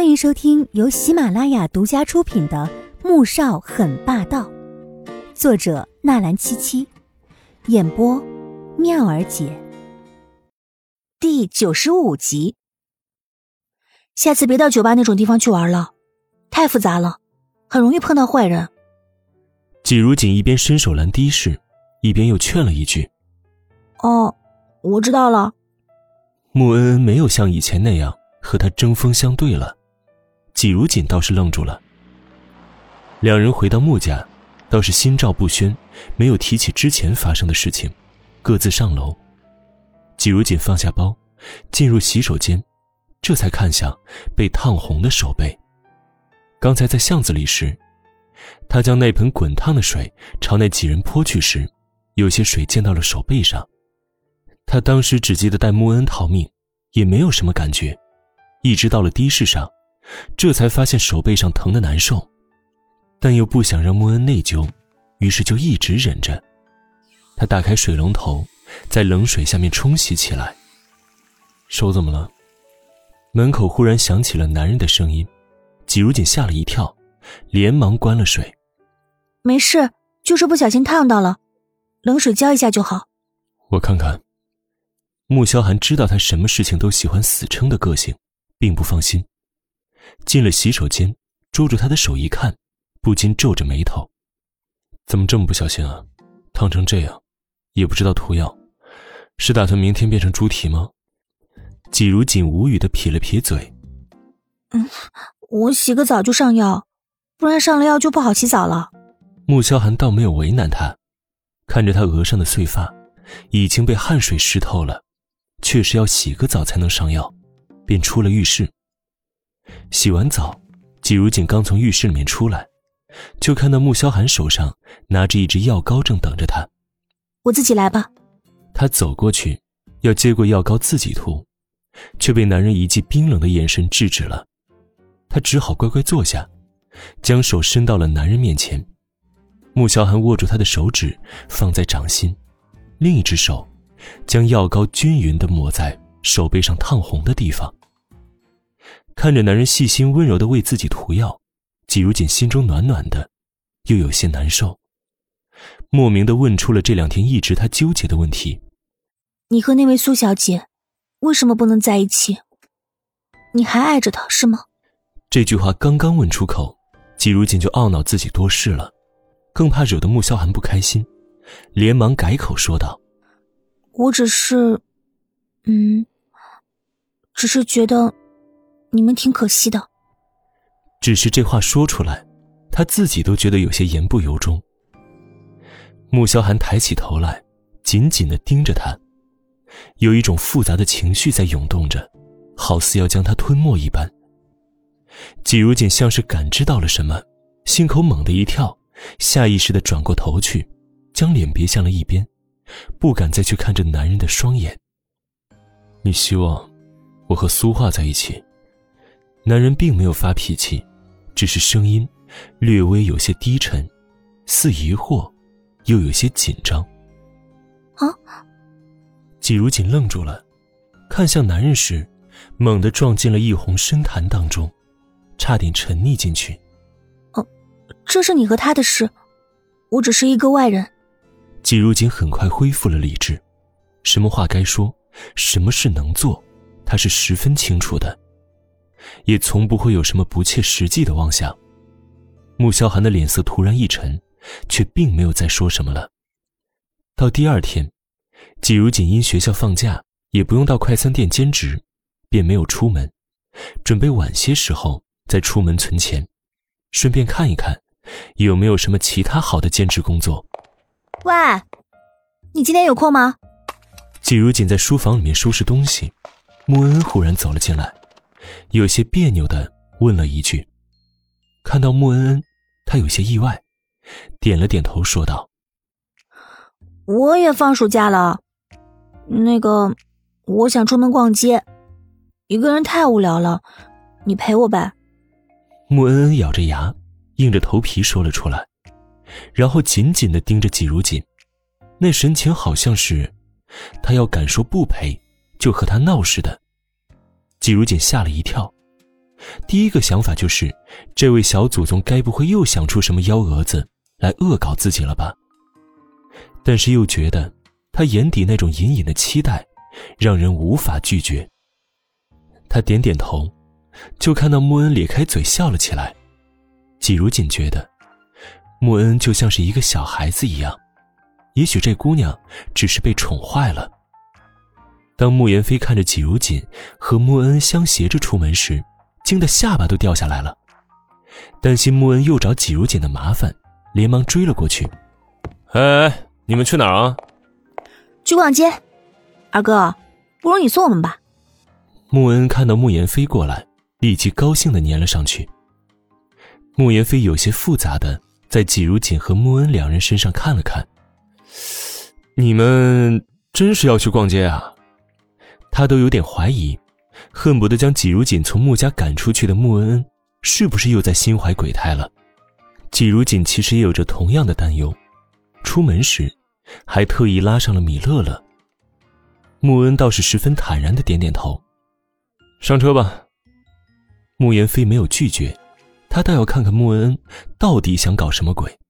欢迎收听由喜马拉雅独家出品的《穆少很霸道》，作者纳兰七七，演播妙儿姐。第95集。下次别到酒吧那种地方去玩了，太复杂了，很容易碰到坏人。 季如锦一边伸手拦的士，一边又劝了一句： 哦，我知道了。 穆恩恩没有像以前那样和他针锋相对了，季如锦倒是愣住了。两人回到穆家，倒是心照不宣，没有提起之前发生的事情，各自上楼。季如锦放下包，进入洗手间，这才看向被烫红的手背。刚才在巷子里时，他将那盆滚烫的水朝那几人泼去时，有些水溅到了手背上。他当时只记得带穆恩逃命，也没有什么感觉，一直到了的士上，这才发现手背上疼得难受，但又不想让穆恩内疚，于是就一直忍着。他打开水龙头，在冷水下面冲洗起来。手怎么了？门口忽然响起了男人的声音，季如锦吓了一跳，连忙关了水。 没事，就是不小心烫到了，冷水浇一下就好。 我看看。穆萧寒知道他什么事情都喜欢死撑的个性，并不放心。进了洗手间，捉住他的手一看，不禁皱着眉头。怎么这么不小心啊？烫成这样，也不知道涂药，是打算明天变成猪蹄吗？季如锦无语地撇了撇嘴。 我洗个澡就上药，不然上了药就不好洗澡了。 穆萧寒倒没有为难他，看着他额上的碎发已经被汗水湿透了，确实要洗个澡才能上药，便出了浴室。洗完澡，季如锦刚从浴室里面出来，就看到穆萧寒手上拿着一支药膏正等着他。 我自己来吧。 他走过去要接过药膏自己涂，却被男人一记冰冷的眼神制止了。他只好乖乖坐下，将手伸到了男人面前。穆萧寒握住他的手指放在掌心，另一只手将药膏均匀地抹在手背上烫红的地方。看着男人细心温柔地为自己涂药，季如锦心中暖暖的，又有些难受，莫名地问出了这2天一直他纠结的问题。 你和那位苏小姐为什么不能在一起？你还爱着她是吗？ 这句话刚刚问出口，季如锦就懊恼自己多事了，更怕惹得穆萧寒不开心，连忙改口说道： 我只是觉得你们挺可惜的。 只是这话说出来，他自己都觉得有些言不由衷。穆萧寒抬起头来，紧紧地盯着他，有一种复杂的情绪在涌动着，好似要将他吞没一般。季如锦像是感知到了什么，心口猛地一跳，下意识地转过头去，将脸别向了一边，不敢再去看着男人的双眼。你希望我和苏画在一起？男人并没有发脾气，只是声音略微有些低沉，似疑惑又有些紧张。季如锦愣住了，看向男人时猛地撞进了一泓深潭当中，差点沉溺进去。 这是你和他的事，我只是一个外人。 季如锦很快恢复了理智，什么话该说，什么事能做，他是十分清楚的，也从不会有什么不切实际的妄想。穆萧寒的脸色突然一沉，却并没有再说什么了。到第2天，季如锦因学校放假，也不用到快餐店兼职，便没有出门，准备晚些时候再出门存钱，顺便看一看有没有什么其他好的兼职工作。 喂，你今天有空吗？ 季如锦在书房里面收拾东西，穆恩忽然走了进来，有些别扭地问了一句。看到穆恩恩，他有些意外，点了点头说道： 我也放暑假了，我想出门逛街，一个人太无聊了，你陪我呗。 穆恩恩咬着牙，硬着头皮说了出来，然后紧紧地盯着季如锦，那神情好像是他要敢说不陪就和他闹似的。季如锦吓了一跳， 第一个想法就是这位小祖宗该不会又想出什么幺蛾子来恶搞自己了吧？但是又觉得他眼底那种隐隐的期待让人无法拒绝。他点点头，就看到穆恩咧开嘴笑了起来。季如锦觉得穆恩就像是一个小孩子一样，也许这姑娘只是被宠坏了。当穆言飞看着季如锦和穆恩相携着出门时，惊得下巴都掉下来了，担心穆恩又找季如锦的麻烦，连忙追了过去。哎，你们去哪儿啊？ 去逛街。二哥，不如你送我们吧。 穆恩看到穆言飞过来，立即高兴地粘了上去。穆言飞有些复杂的在季如锦和穆恩两人身上看了看。你们真是要去逛街啊？他都有点怀疑，恨不得将季如锦从穆家赶出去的穆恩恩是不是又在心怀鬼胎了？季如锦其实也有着同样的担忧，出门时还特意拉上了米乐乐。穆恩倒是十分坦然地点点头。上车吧。穆言飞没有拒绝，他倒要看看穆恩恩到底想搞什么鬼。